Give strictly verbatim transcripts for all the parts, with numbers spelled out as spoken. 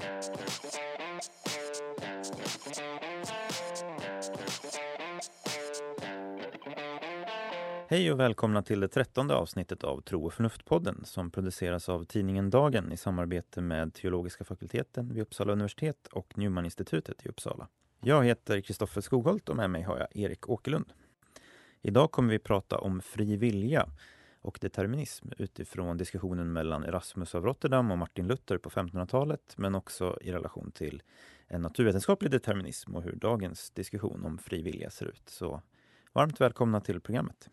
Hej och välkomna till det trettonde avsnittet av Tro och förnuft-podden som produceras av tidningen Dagen i samarbete med Teologiska fakulteten vid Uppsala universitet och Newman-institutet i Uppsala. Jag heter Kristoffer Skogholt och med mig har jag Erik Åkerlund. Idag kommer vi prata om fri vilja och determinism utifrån diskussionen mellan Erasmus av Rotterdam och Martin Luther på femtonhundratalet, men också i relation till en naturvetenskaplig determinism och hur dagens diskussion om fri vilja ser ut. Så varmt välkomna till programmet.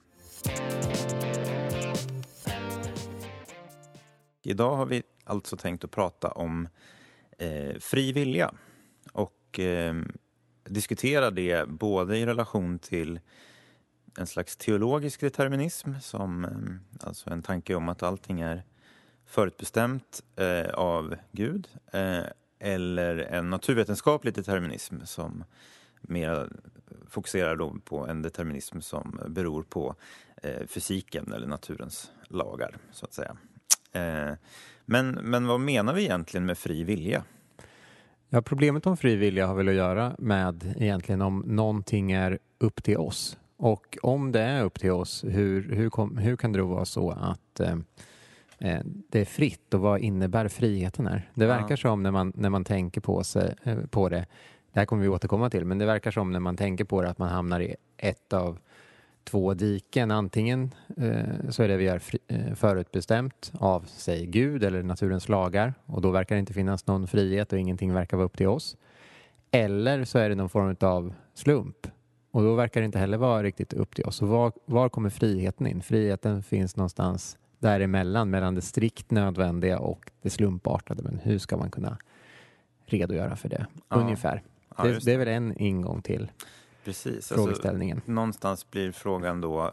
Idag har vi alltså tänkt att prata om eh, fri vilja och eh, diskutera det både i relation till en slags teologisk determinism som eh, alltså en tanke om att allting är förutbestämt eh, av Gud eh, eller en naturvetenskaplig determinism som mer fokuserar då på en determinism som beror på eh, fysiken eller naturens lagar så att säga. Eh, men, men vad menar vi egentligen med fri vilja? Ja, problemet om fri vilja har väl att göra med egentligen om någonting är upp till oss. Och om det är upp till oss, hur, hur, kom, hur kan det då vara så att eh, det är fritt och vad innebär friheten här? Det verkar ja. som när man, när man tänker på, sig, eh, på det, det här kommer vi återkomma till, men det verkar som när man tänker på det att man hamnar i ett av två diken. Antingen eh, så är det vi är fri, eh, förutbestämt av, säg Gud eller naturens lagar, och då verkar det inte finnas någon frihet och ingenting verkar vara upp till oss. Eller så är det någon form av slump, och då verkar det inte heller vara riktigt upp till oss. Så var, var kommer friheten in? Friheten finns någonstans däremellan, mellan det strikt nödvändiga och det slumpartade. Men hur ska man kunna redogöra för det? Ja. Ungefär. Ja, det, det är väl en ingång till Precis. frågeställningen. Alltså, någonstans blir frågan då,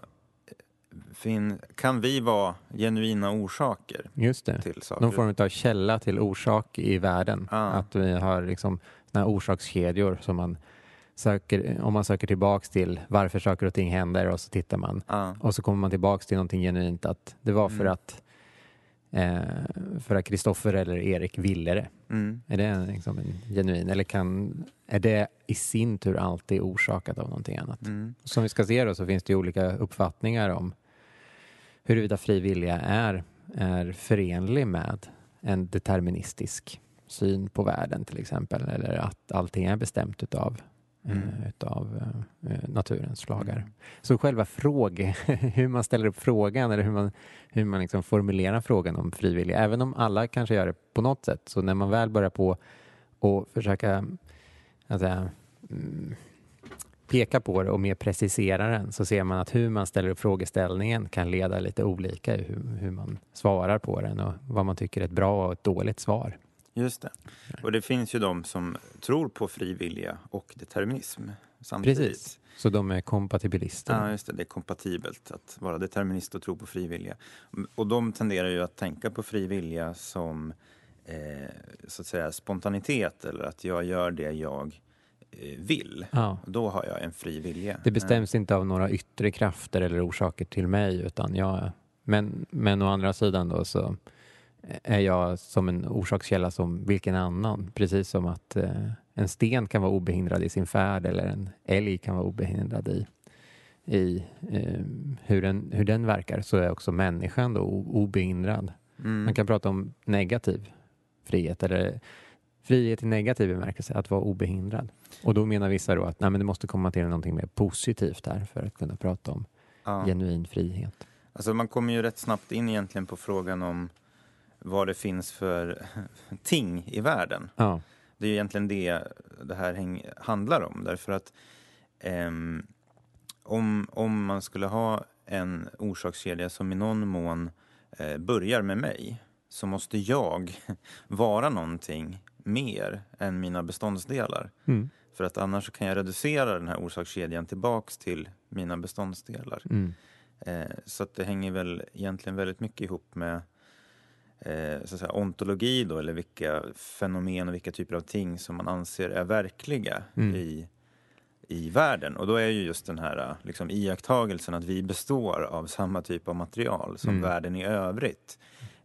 fin, kan vi vara genuina orsaker? Just det. Till saker? Någon form av källa till orsak i världen. Ja. Att vi har liksom såna här orsakskedjor som man söker, om man söker tillbaks till varför saker och ting händer, och så tittar man. Ja. Och så kommer man tillbaks till någonting genuint, att det var för mm. att eh, för att Kristoffer eller Erik ville det. Mm. Är det liksom en genuin, eller kan, är det i sin tur alltid orsakat av någonting annat? Mm. Som vi ska se då, så finns det ju olika uppfattningar om huruvida fri vilja är, är förenlig med en deterministisk syn på världen till exempel, eller att allting är bestämt utav Mm. utav uh, naturens lagar. Mm. Så själva frågan, hur man ställer upp frågan eller hur man, hur man liksom formulerar frågan om frivilliga, även om alla kanske gör det på något sätt, så när man väl börjar på och försöka alltså, mm, peka på det och mer precisera den, så ser man att hur man ställer upp frågeställningen kan leda lite olika i hur, hur man svarar på den och vad man tycker är ett bra och ett dåligt svar. Just det. Och det finns ju de som tror på fri vilja och determinism samtidigt. Precis. Så de är kompatibilister. Ja, just det. Det är kompatibelt att vara determinist och tro på fri vilja. Och de tenderar ju att tänka på fri vilja som eh, så att säga spontanitet, eller att jag gör det jag eh, vill. Ja. Då har jag en fri vilja. Det bestäms ja. inte av några yttre krafter eller orsaker till mig, utan jag... Men, men å andra sidan då så är jag som en orsakskälla som vilken annan. Precis som att eh, en sten kan vara obehindrad i sin färd, eller en älg kan vara obehindrad i, i eh, hur, den, hur den verkar, så är också människan då obehindrad. Mm. Man kan prata om negativ frihet, eller frihet i negativ bemärkelse, att vara obehindrad. Och då menar vissa då att nej, men det måste komma till någonting mer positivt här för att kunna prata om ja. genuin frihet. Alltså man kommer ju rätt snabbt in egentligen på frågan om vad det finns för ting i världen. Ja. Det är ju egentligen det det här häng, handlar om. Därför att eh, om, om man skulle ha en orsakskedja som i någon mån eh, börjar med mig, så måste jag vara någonting mer än mina beståndsdelar. Mm. För att annars kan jag reducera den här orsakskedjan tillbaks till mina beståndsdelar. Mm. Eh, så att det hänger väl egentligen väldigt mycket ihop med eh, så att säga, ontologi då, eller vilka fenomen och vilka typer av ting som man anser är verkliga mm. i, i världen. Och då är ju just den här liksom, iakttagelsen att vi består av samma typ av material som mm. världen i övrigt.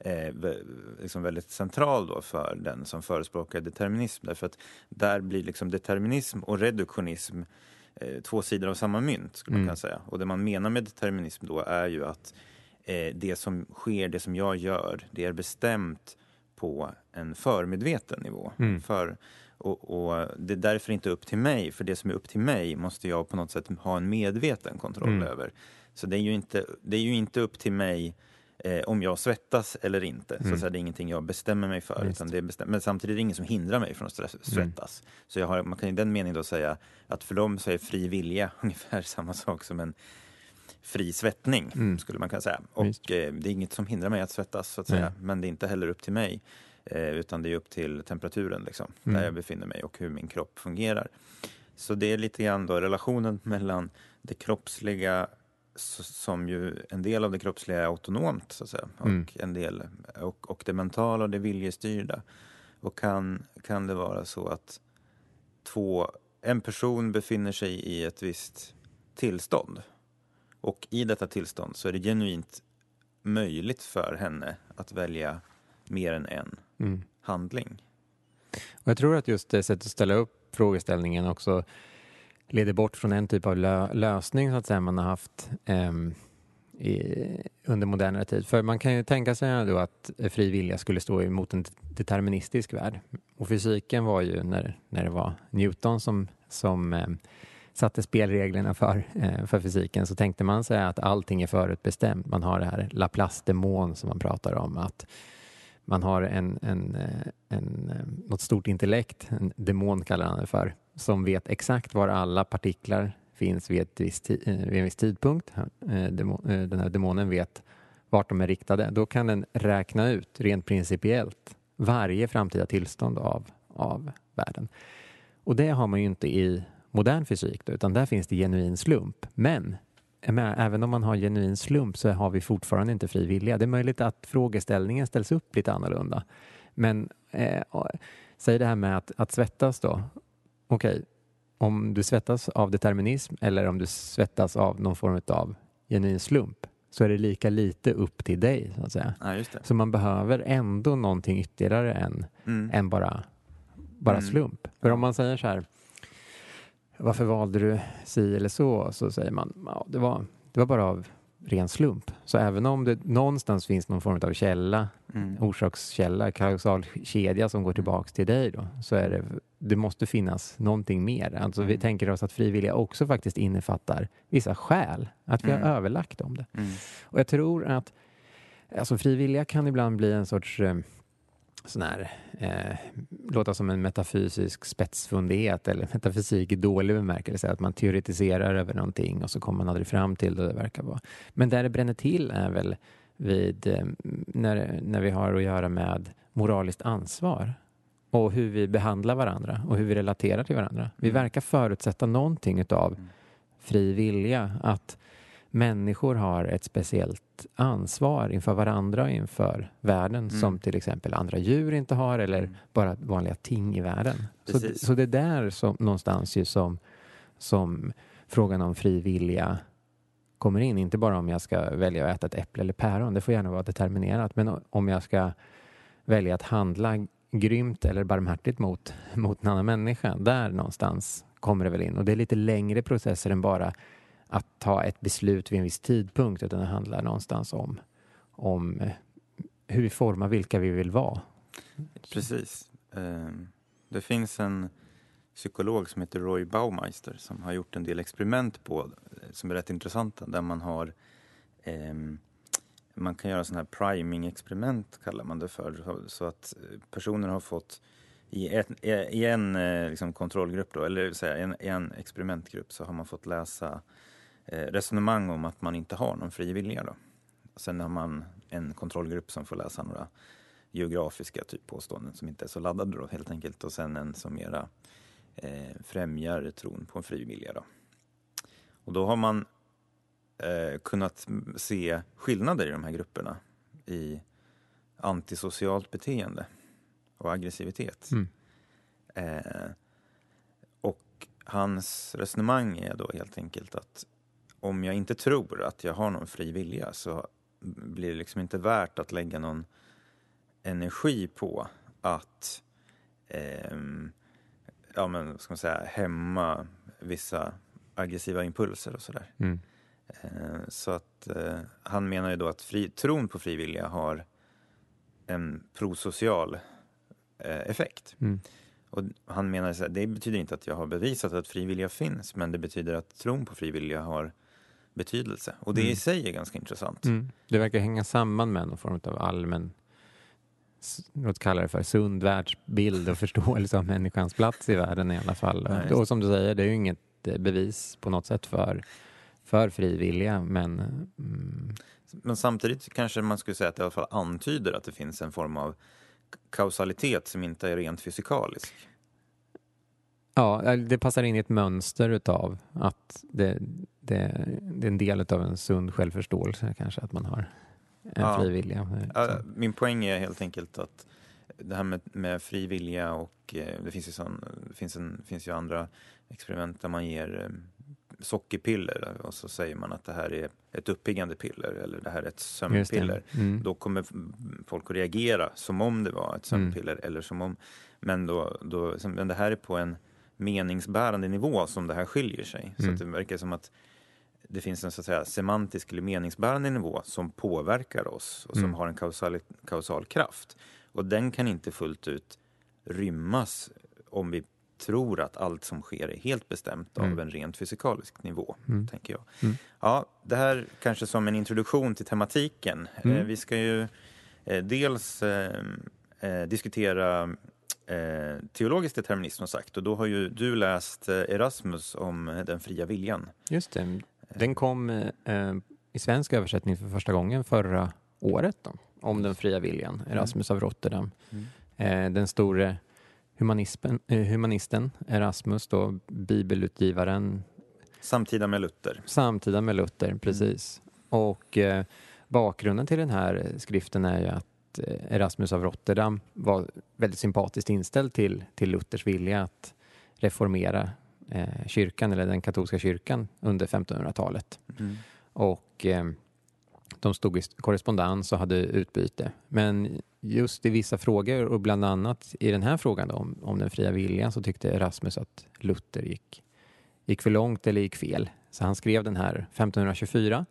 eh, liksom väldigt central då för den som förespråkar determinism. Därför att där blir liksom determinism och reduktionism eh, två sidor av samma mynt, skulle mm. man kunna säga. Och det man menar med determinism då är ju att eh, det som sker, det som jag gör, det är bestämt på en förmedveten nivå. Mm. För, och, och det är därför inte upp till mig, för det som är upp till mig måste jag på något sätt ha en medveten kontroll mm. över. Så det är ju inte, det är ju inte upp till mig eh, om jag svettas eller inte. Mm. Så, så är det ingenting jag bestämmer mig för. Utan det är bestäm- men samtidigt är det ingen som hindrar mig från att svettas. Mm. Så jag har, man kan i den meningen då säga att för dem så är fri vilja ungefär samma sak som en fri svettning, mm. skulle man kunna säga. Och eh, det är inget som hindrar mig att svettas, så att säga. Mm. Men det är inte heller upp till mig. Eh, utan det är upp till temperaturen liksom, mm. där jag befinner mig och hur min kropp fungerar. Så det är lite grann då relationen mellan det kroppsliga, som ju en del av det kroppsliga är autonomt, så att säga, och mm. en del och, och det mentala och det viljestyrda. Och kan, kan det vara så att två, en person befinner sig i ett visst tillstånd, och i detta tillstånd så är det genuint möjligt för henne att välja mer än en mm. handling. Och jag tror att just det sättet att ställa upp frågeställningen också leder bort från en typ av lö- lösning så att säga man har haft eh, i, under modernare tid. För man kan ju tänka sig då att fri vilja skulle stå emot en deterministisk värld. Och fysiken var ju när, när det var Newton som, som eh, satte spelreglerna för, eh, för fysiken, så tänkte man sig att allting är förutbestämt. Man har det här Laplace-demon som man pratar om, att man har en, en, en, något stort intellekt, en demon kallar han det för, som vet exakt var alla partiklar finns vid, ett visst, vid en viss tidpunkt. Den här demonen vet vart de är riktade. Då kan den räkna ut rent principiellt varje framtida tillstånd av, av världen. Och det har man ju inte i modern fysik då, utan där finns det genuin slump. Men med, även om man har genuin slump så har vi fortfarande inte fri vilja. Det är möjligt att frågeställningen ställs upp lite annorlunda. Men eh, säg det här med att, att svettas då. Okej, okay, om du svettas av determinism eller om du svettas av någon form av genuin slump, så är det lika lite upp till dig, så att säga. Ja, just det. Så man behöver ändå någonting ytterligare än, mm. än bara, bara mm. slump. För om man säger så här, varför valde du si eller så? Så säger man, ja, det var, det var bara av ren slump. Så även om det någonstans finns någon form av källa, mm. orsakskälla, kausal kedja som går tillbaks till dig då, så är det, det måste finnas någonting mer. Alltså vi tänker oss att frivilliga också faktiskt innefattar vissa skäl, att vi har mm. överlagt om det. Mm. Och jag tror att alltså frivilliga kan ibland bli en sorts eh, sån här, eh, låta som en metafysisk spetsfundighet eller metafysik i dålig bemärkelse, att man teoretiserar över någonting och så kommer man aldrig fram till det det verkar vara. Men där det bränner till är väl vid eh, när, när vi har att göra med moraliskt ansvar och hur vi behandlar varandra och hur vi relaterar till varandra. Vi verkar förutsätta någonting utav fri vilja, att människor har ett speciellt ansvar inför varandra och inför världen mm. som till exempel andra djur inte har, eller mm. bara vanliga ting i världen. Så, så det är där som, någonstans ju som, som frågan om fri vilja kommer in. Inte bara om jag ska välja att äta ett äpple eller päron, det får gärna vara determinerat, men om jag ska välja att handla grymt eller barmhärtigt mot, mot en annan människa, där någonstans kommer det väl in. Och det är lite längre processer än bara att ta ett beslut vid en viss tidpunkt, utan det handlar någonstans om, om hur vi formar vilka vi vill vara. Precis. Det finns en psykolog som heter Roy Baumeister som har gjort en del experiment på, som är rätt intressanta, där man har man kan göra sådana här priming-experiment kallar man det för, så att personer har fått i, ett, i en liksom kontrollgrupp då, eller säga en, en experimentgrupp, så har man fått läsa resonemang om att man inte har någon fri vilja då. Sen har man en kontrollgrupp som får läsa några geografiska typ påståenden som inte är så laddade då, helt enkelt, och sen en som mera eh, främjar tron på en fri vilja då. Och då har man eh, kunnat se skillnader i de här grupperna i antisocialt beteende och aggressivitet. Mm. Eh, och hans resonemang är då helt enkelt att om jag inte tror att jag har någon fri vilja, så blir det liksom inte värt att lägga någon energi på att eh, ja, men, ska man säga, hämma vissa aggressiva impulser och sådär. Mm. Eh, så att eh, han menar ju då att fri, tron på frivilliga har en prosocial eh, effekt. Mm. Och han menar så här, det betyder inte att jag har bevisat att frivilliga finns, men det betyder att tron på frivilliga har betydelse. Och det mm. i sig är ganska intressant. Mm. Det verkar hänga samman med någon form av allmän, låt kalla det för sund världsbild och förståelse av människans plats i världen i alla fall. Nej, och som du säger, det är ju inget bevis på något sätt för, för frivilliga, men... Mm. Men samtidigt kanske man skulle säga att det i alla fall antyder att det finns en form av kausalitet som inte är rent fysikalisk. Ja, det passar in i ett mönster utav att det, det, det är en del av en sund självförståelse kanske, att man har en ja. frivilliga. Ja, min poäng är helt enkelt att det här med, med frivilliga och eh, det finns ju sån, det finns, en, finns ju andra experiment där man ger eh, sockerpiller och så säger man att det här är ett uppiggande piller eller det här är ett sömnpiller. Mm. Då kommer folk att reagera som om det var ett sömnpiller mm. eller som om, men då, då men det här är på en meningsbärande nivå som det här skiljer sig. Mm. Så att det verkar som att det finns en så att säga semantisk eller meningsbärande nivå som påverkar oss och som mm. har en kausal, kausal kraft. Och den kan inte fullt ut rymmas om vi tror att allt som sker är helt bestämt mm. av en rent fysikalisk nivå, mm. tänker jag. Mm. Ja, det här kanske som en introduktion till tematiken. Mm. Eh, vi ska ju eh, dels eh, eh, diskutera eh, teologisk determinism som sagt. Och då har ju du läst eh, Erasmus om den fria viljan. Just det. Den kom eh, i svensk översättning för första gången förra året då, om den fria viljan. Erasmus mm. av Rotterdam. Mm. Eh, den store humanisten, eh, humanisten Erasmus då, bibelutgivaren. Samtida med Luther. Samtida med Luther, precis. Mm. Och eh, bakgrunden till den här skriften är ju att eh, Erasmus av Rotterdam var väldigt sympatiskt inställd till, till Luthers vilja att reformera eh, kyrkan, eller den katolska kyrkan, under femtonhundratalet. Mm. Och eh, de stod i korrespondens och hade utbyte. Men just i vissa frågor, och bland annat i den här frågan då, om, om den fria viljan, så tyckte Erasmus att Luther gick, gick för långt eller gick fel. Så han skrev den här femtonhundratjugofyra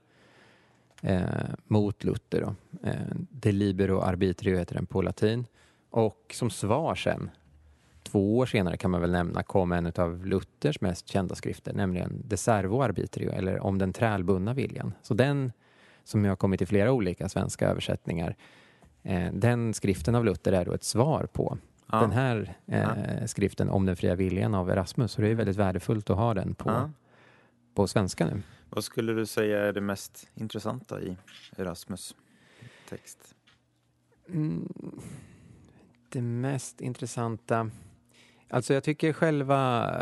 eh, mot Luther då. Eh, De libero arbitrio heter den på latin. Och som svar sen, två år senare kan man väl nämna, kom en av Luthers mest kända skrifter, nämligen De servo arbitrio, eller om den trälbundna viljan. Så den, som jag har kommit i flera olika svenska översättningar, eh, den skriften av Luther är då ett svar på ja. den här eh, ja. skriften om den fria viljan av Erasmus. Så det är väldigt värdefullt att ha den på, ja. på svenska nu. Vad skulle du säga är det mest intressanta i Erasmus text? Mm, det mest intressanta... Alltså jag tycker själva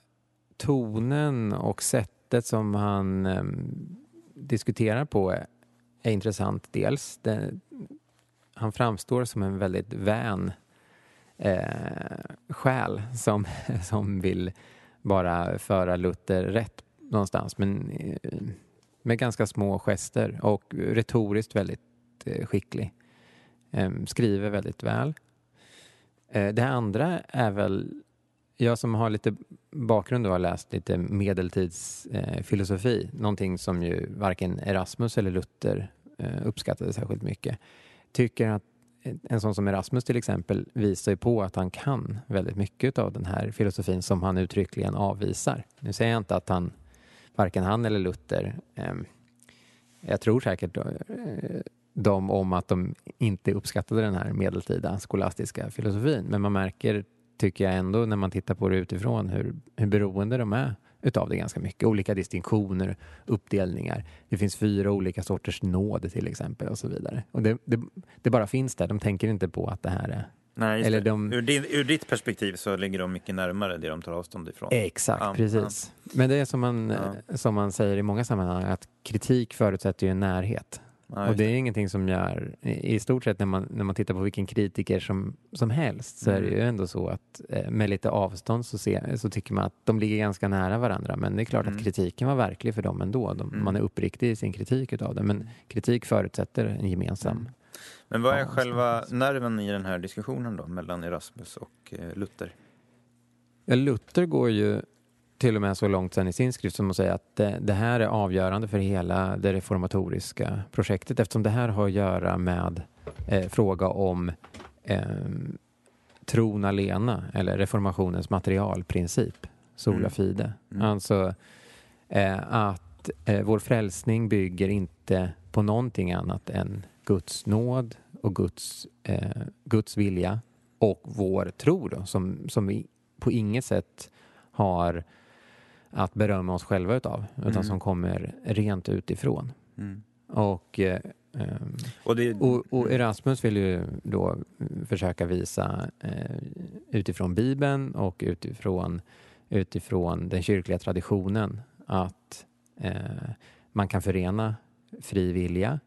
tonen och sättet som han eh, diskuterar på är, är intressant. Dels, det, han framstår som en väldigt vän eh, själ som, som vill bara föra Luther rätt någonstans, men eh, med ganska små gester och retoriskt väldigt eh, skicklig. Eh, skriver väldigt väl. Det andra är väl, jag som har lite bakgrund och har läst lite medeltidsfilosofi, eh, någonting som ju varken Erasmus eller Luther eh, uppskattade särskilt mycket, tycker att en sån som Erasmus till exempel visar ju på att han kan väldigt mycket av den här filosofin som han uttryckligen avvisar. Nu säger jag inte att han, varken han eller Luther, eh, jag tror säkert eh, de om att de inte uppskattade den här medeltida skolastiska filosofin. Men man märker, tycker jag ändå, när man tittar på det utifrån, hur, hur beroende de är utav det ganska mycket. Olika distinktioner, uppdelningar. Det finns fyra olika sorters nåd till exempel och så vidare. Och det, det, det bara finns där. De tänker inte på att det här är... Nej, eller de... ur, din, ur ditt perspektiv så ligger de mycket närmare det de tar avstånd ifrån. Exakt, ja, precis. Ja. Men det är som man, ja. som man säger i många sammanhang, att kritik förutsätter ju en närhet. Ja, och det är ingenting som gör, i stort sett när man, när man tittar på vilken kritiker som, som helst, så mm. är det ju ändå så att med lite avstånd så, se, så tycker man att de ligger ganska nära varandra. Men det är klart mm. att kritiken var verklig för dem ändå. De, mm. Man är uppriktig i sin kritik utav det. Men kritik förutsätter en gemensam mm. Men vad är ja, själva nerven i den här diskussionen då mellan Erasmus och eh, Luther? Ja, Luther går ju till och med så långt sedan i sin skrift som att säga att det, det här är avgörande för hela det reformatoriska projektet, eftersom det här har att göra med eh, fråga om eh, tron alena eller reformationens materialprincip, sola mm. fide. Mm. Alltså eh, att eh, vår frälsning bygger inte på någonting annat än Guds nåd och Guds, eh, Guds vilja och vår tro då, som, som vi på inget sätt har att berömma oss själva utav, utan mm. som kommer rent utifrån. Mm. Och, eh, och, det, och, och Erasmus vill ju då försöka visa eh, utifrån Bibeln och utifrån, utifrån den kyrkliga traditionen att eh, man kan förena fri vilja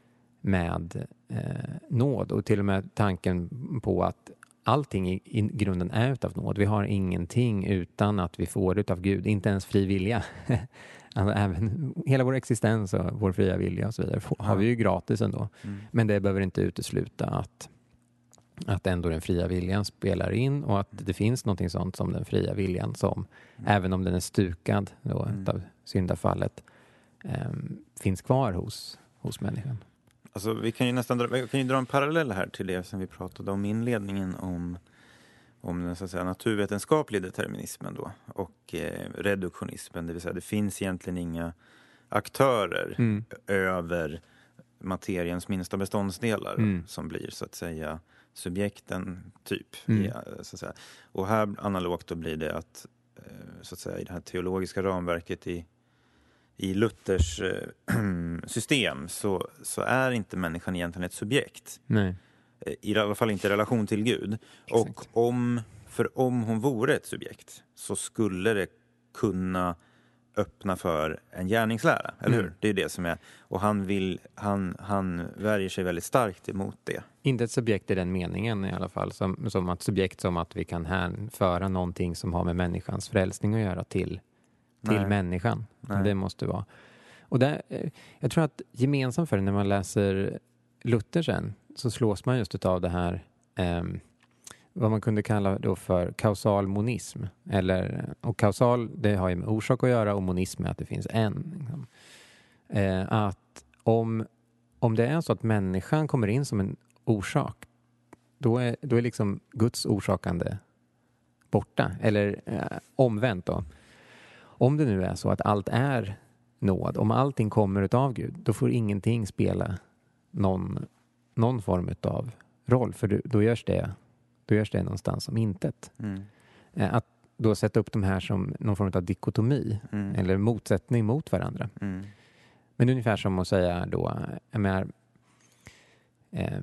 med eh, nåd, och till och med tanken på att allting i, i grunden är utav nåd. Vi har ingenting utan att vi får det utav Gud. Inte ens fri vilja. Alltså, även hela vår existens och vår fria vilja och så vidare har vi ju gratis ändå. Mm. Men det behöver inte utesluta att, att ändå den fria viljan spelar in, och att det finns någonting sånt som den fria viljan som, mm. även om den är stukad då, mm. utav syndafallet, eh, finns kvar hos, hos människan. Alltså, vi kan ju nästan dra, vi kan ju dra en parallell här till det som vi pratade om i inledningen om, om den så att säga, naturvetenskapliga determinismen då, och eh, reduktionismen. Det vill säga det finns egentligen inga aktörer mm. över materiens minsta beståndsdelar mm. som blir så att säga subjekten typ. Mm. I, så att säga. Och här analogt då blir det att eh, så att säga, i det här teologiska ramverket i I Luthers eh, system så, så är inte människan egentligen ett subjekt. Nej. I alla fall inte i relation till Gud. Exakt. Och om, för om hon vore ett subjekt så skulle det kunna öppna för en gärningslära, eller mm. hur? Det är det som är. Och han, vill, han, han värjer sig väldigt starkt emot det. Inte ett subjekt i den meningen i alla fall. Som, som ett subjekt som att vi kan hänföra någonting som har med människans frälsning att göra till till Nej. människan. Nej. Det måste vara. Och där, jag tror att gemensamt för det när man läser Luther sen, så slås man just av det här eh, vad man kunde kalla då för kausal monism. Eller, och kausal, det har ju med orsak att göra, och monism är att det finns en. Liksom. Eh, att om, om det är så att människan kommer in som en orsak, då är, då är liksom Guds orsakande borta. Eller eh, omvänt då. Om det nu är så att allt är nåd, om allting kommer utav Gud, då får ingenting spela någon, någon form utav roll, för då görs det, då görs det någonstans som intet. Mm. Att då sätta upp de här som någon form av dikotomi mm. eller motsättning mot varandra. Mm. Men ungefär som att säga då, jag menar, eh,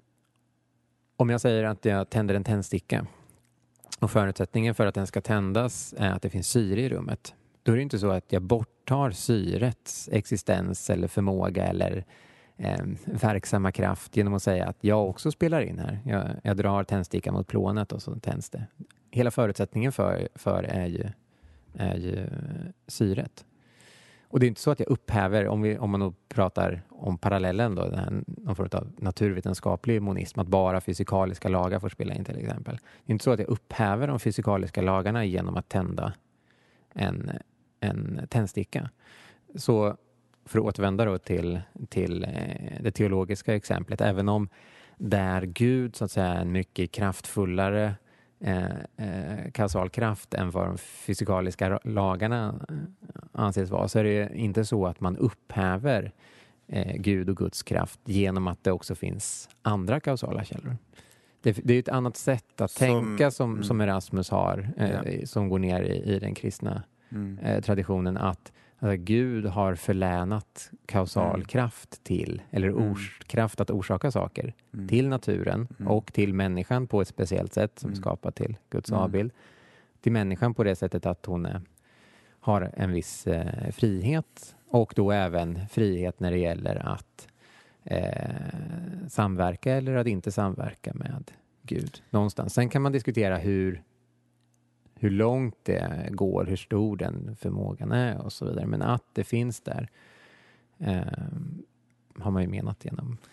om jag säger att jag tänder en tändsticka och förutsättningen för att den ska tändas är att det finns syre i rummet. Då är det inte så att jag borttar syrets existens eller förmåga eller eh, verksamma kraft genom att säga att jag också spelar in här. Jag, jag drar tändstickan mot plånet och så tänds det. Hela förutsättningen för, för är, ju, är ju syret. Och det är inte så att jag upphäver, om, vi, om man då pratar om parallellen då, den här, någon form av naturvetenskaplig monism, att bara fysikaliska lagar får spela in till exempel. Det är inte så att jag upphäver de fysikaliska lagarna genom att tända en, en tändsticka. Så för att återvända då till, till det teologiska exemplet, även om där Gud så att säga är en mycket kraftfullare eh, eh, kausalkraft än vad de fysikaliska lagarna anses vara, så är det inte så att man upphäver eh, Gud och Guds kraft genom att det också finns andra kausala källor. Det, det är ett annat sätt att som, tänka som, mm. som Erasmus har, eh, ja. som går ner i, i den kristna mm. eh, traditionen, att alltså, Gud har förlänat kausal mm. kraft till, eller mm. ors, kraft att orsaka saker mm. till naturen mm. och till människan på ett speciellt sätt som mm. skapat till Guds mm. avbild. Till människan på det sättet att hon eh, har en viss eh, frihet, och då även frihet när det gäller att eh, samverka eller att inte samverka med Gud någonstans. Sen kan man diskutera hur hur långt det går, hur stor den förmågan är och så vidare. Men att det finns där eh, har man ju menat genom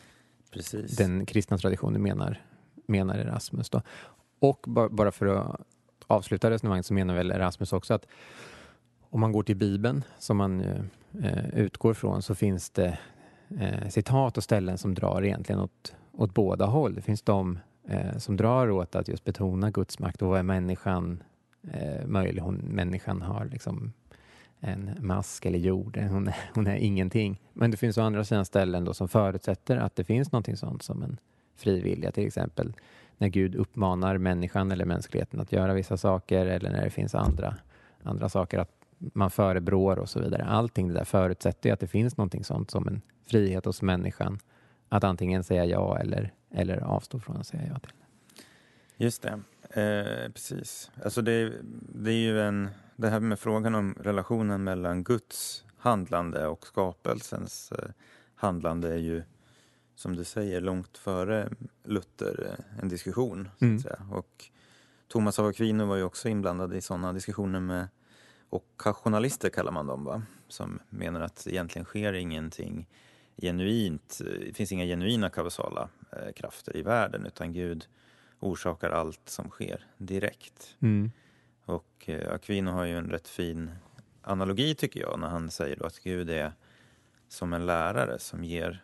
Precis. den kristna traditionen menar, menar Erasmus då. Och bara för att avsluta resonemanget så menar väl Erasmus också att om man går till Bibeln som man eh, utgår från så finns det eh, citat och ställen som drar egentligen åt, åt båda håll. Det finns de eh, som drar åt att just betona Guds makt och vad är människan eh, möjlig. Hon, människan har liksom en mask eller jord. Hon är, hon är ingenting. Men det finns å andra sidan ställen då som förutsätter att det finns någonting sånt som en frivilliga, till exempel när Gud uppmanar människan eller mänskligheten att göra vissa saker eller när det finns andra, andra saker att man förebrår och så vidare. Allting det där förutsätter att det finns någonting sånt som en frihet hos människan att antingen säga ja eller, eller avstå från att säga ja till. Just det, eh, precis. Alltså det, det är ju en, det här med frågan om relationen mellan Guds handlande och skapelsens eh, handlande är ju, som du säger, långt före Luther en diskussion. Så att säga. Och Thomas av Aquino var ju också inblandad i sådana diskussioner med ockasionalister kallar man dem, va? Som menar att egentligen sker ingenting genuint. Det finns inga genuina kausala eh, krafter i världen utan Gud orsakar allt som sker direkt. Mm. Och eh, Aquino har ju en rätt fin analogi tycker jag när han säger då att Gud är som en lärare som ger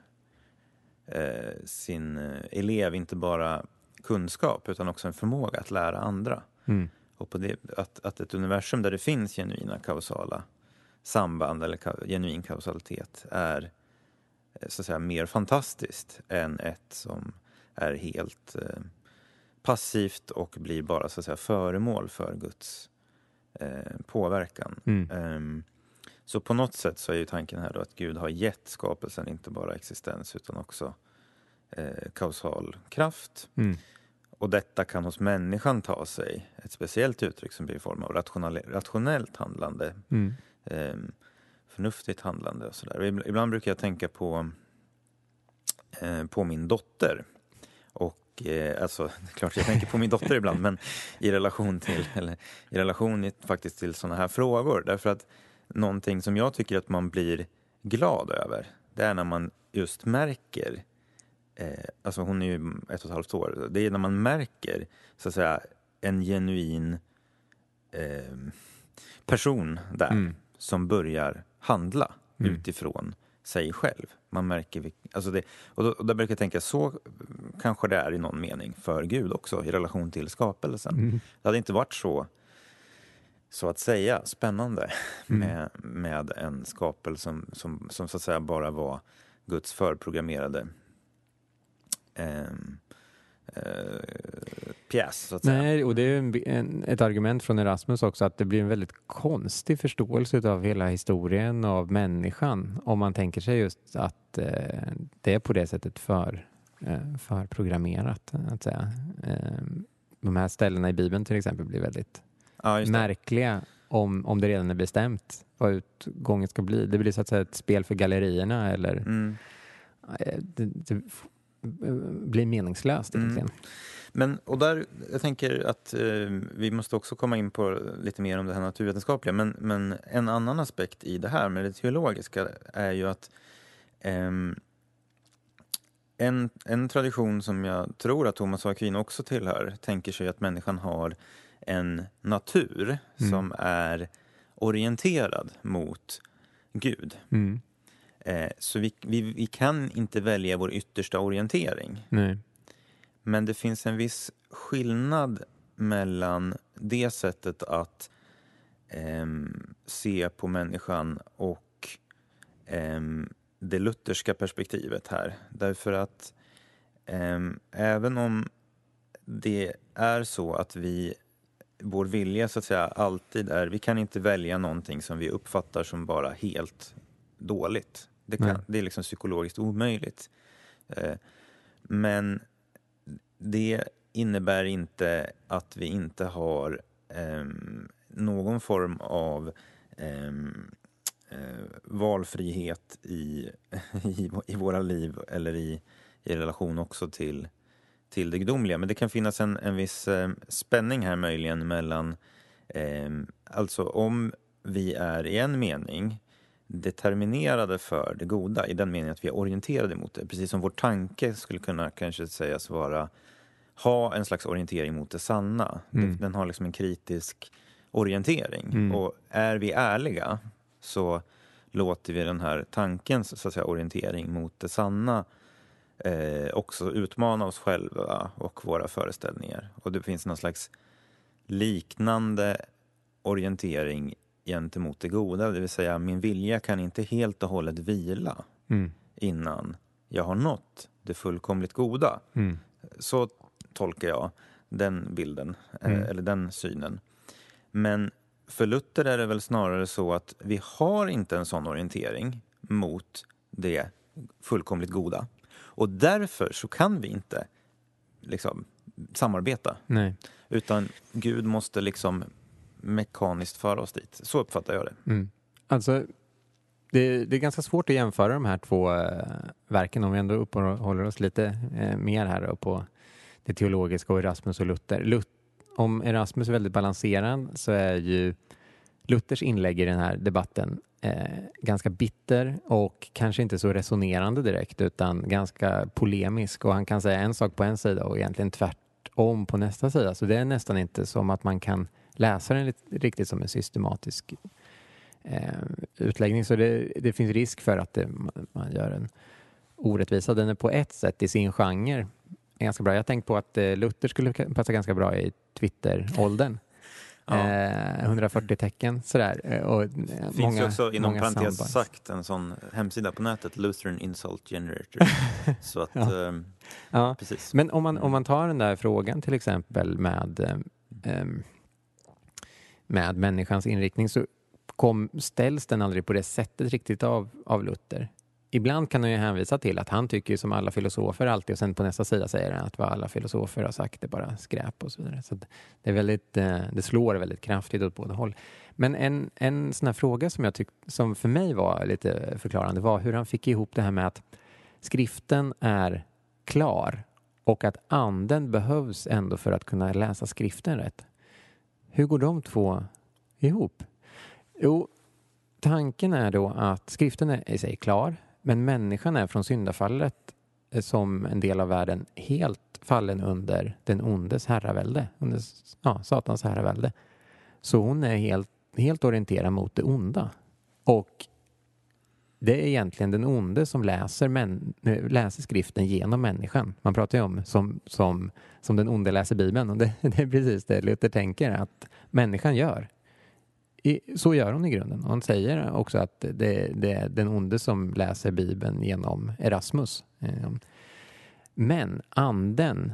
eh, sin elev inte bara kunskap utan också en förmåga att lära andra. Mm. Och på det, att, att ett universum där det finns genuina kausala samband eller ka, genuin kausalitet är så att säga mer fantastiskt än ett som är helt eh, passivt och blir bara så att säga föremål för Guds eh, påverkan. Mm. Um, så på något sätt så är ju tanken här då att Gud har gett skapelsen inte bara existens utan också eh, kausal kraft. Mm. Och detta kan hos människan ta sig ett speciellt uttryck som blir i form av rationell, rationellt handlande. Mm. Eh, förnuftigt handlande och sådär. Ibland brukar jag tänka på, eh, på min dotter. Och eh, alltså, det är klart jag tänker på min dotter ibland, men i relation till, eller i relation faktiskt till sådana här frågor. Därför att någonting som jag tycker att man blir glad över, det är när man just märker, eh, alltså hon är ju ett och ett halvt år, det är när man märker så att säga en genuin eh, person där mm. som börjar handla mm. utifrån sig själv. Man märker, alltså det, och, då, och där brukar jag tänka, så kanske det är i någon mening för Gud också i relation till skapelsen. Mm. Det hade inte varit så, så att säga, spännande mm. med, med en skapelse som, som, som så att säga bara var Guds förprogrammerade eh, eh, pjäs, så att säga. Nej, och det är en, en, ett argument från Erasmus också att det blir en väldigt konstig förståelse av hela historien av människan om man tänker sig just att eh, det är på det sättet för, eh, förprogrammerat, att säga. Eh, de här ställena i Bibeln till exempel blir väldigt ja, märkliga om, om det redan är bestämt vad utgången ska bli. Det blir så att säga ett spel för gallerierna eller mm. eh, det, det blir meningslöst egentligen. Mm. Men, och där, jag tänker att eh, vi måste också komma in på lite mer om det här naturvetenskapliga, men, men en annan aspekt i det här med det teologiska är ju att eh, en, en tradition som jag tror att Thomas av Aquino också tillhör tänker sig att människan har en natur mm. som är orienterad mot Gud. Mm. Eh, så vi, vi, vi kan inte välja vår yttersta orientering. Nej. Men det finns en viss skillnad mellan det sättet att eh, se på människan och eh, det lutherska perspektivet här. Därför att eh, även om det är så att vi, vår vilja så att säga alltid är, vi kan inte välja någonting som vi uppfattar som bara helt dåligt. Det, kan, det är liksom psykologiskt omöjligt. Eh, men det innebär inte att vi inte har eh, någon form av eh, eh, valfrihet i, i, i våra liv eller i, i relation också till, till det gudomliga. Men det kan finnas en, en viss eh, spänning här möjligen mellan, eh, alltså om vi är i en mening determinerade för det goda i den meningen att vi är orienterade mot det. Precis som vår tanke skulle kunna kanske sägas vara ha en slags orientering mot det sanna. Mm. Den har liksom en kritisk orientering. Mm. Och är vi ärliga så låter vi den här tankens så att säga, orientering mot det sanna eh, också utmana oss själva och våra föreställningar. Och det finns någon slags liknande orientering gentemot det goda. Det vill säga min vilja kan inte helt och hållet vila mm. innan jag har nått det fullkomligt goda. Mm. Så tolkar jag den bilden, mm. eh, eller den synen. Men för Luther är det väl snarare så att vi har inte en sån orientering mot det fullkomligt goda. Och därför så kan vi inte liksom samarbeta. Nej. Utan Gud måste liksom mekaniskt föra oss dit. Så uppfattar jag det. Mm. Alltså, det, det är ganska svårt att jämföra de här två äh, verken om vi ändå uppehåller oss lite äh, mer här då, på det teologiska och Erasmus och Luther. Lut- om Erasmus är väldigt balanserad så är ju Luthers inlägg i den här debatten eh, ganska bitter och kanske inte så resonerande direkt utan ganska polemisk, och han kan säga en sak på en sida och egentligen tvärtom på nästa sida. Så det är nästan inte som att man kan läsa den riktigt som en systematisk eh, utläggning. Så det, det finns risk för att det, man gör en orättvisa. Den är på ett sätt i sin genre ganska bra. Jag har tänkt på att eh, Luther skulle passa ganska bra i Twitter-åldern. Ja. Eh, hundrafyrtio tecken sådär. Och, eh, det finns många, ju också inom parentes soundbites. sagt en sån hemsida på nätet, Lutheran Insult Generator. Så att, ja. Eh, ja. precis. Men om man, om man tar den där frågan till exempel med eh, med människans inriktning så kom, ställs den aldrig på det sättet riktigt av, av Luther. Ibland kan man ju hänvisa till att han tycker som alla filosofer alltid, och sen på nästa sida säger han att vad alla filosofer har sagt är bara skräp och så vidare. Så det är väldigt, det slår väldigt kraftigt åt båda håll. Men en, en sån här fråga som jag tyck, som för mig var lite förklarande var hur han fick ihop det här med att skriften är klar och att anden behövs ändå för att kunna läsa skriften rätt. Hur går de två ihop? Jo, tanken är då att skriften är i sig klar, men människan är från syndafallet som en del av världen helt fallen under den ondes herravälde, under ja, Satans herravälde. Så hon är helt, helt orienterad mot det onda. Och det är egentligen den onde som läser, män, läser skriften genom människan. Man pratar ju om som, som, som den onde läser Bibeln, och det, det är precis det Luther tänker att människan gör. I, så gör hon i grunden. Och han säger också att det, det är den onde som läser Bibeln genom Erasmus. Men anden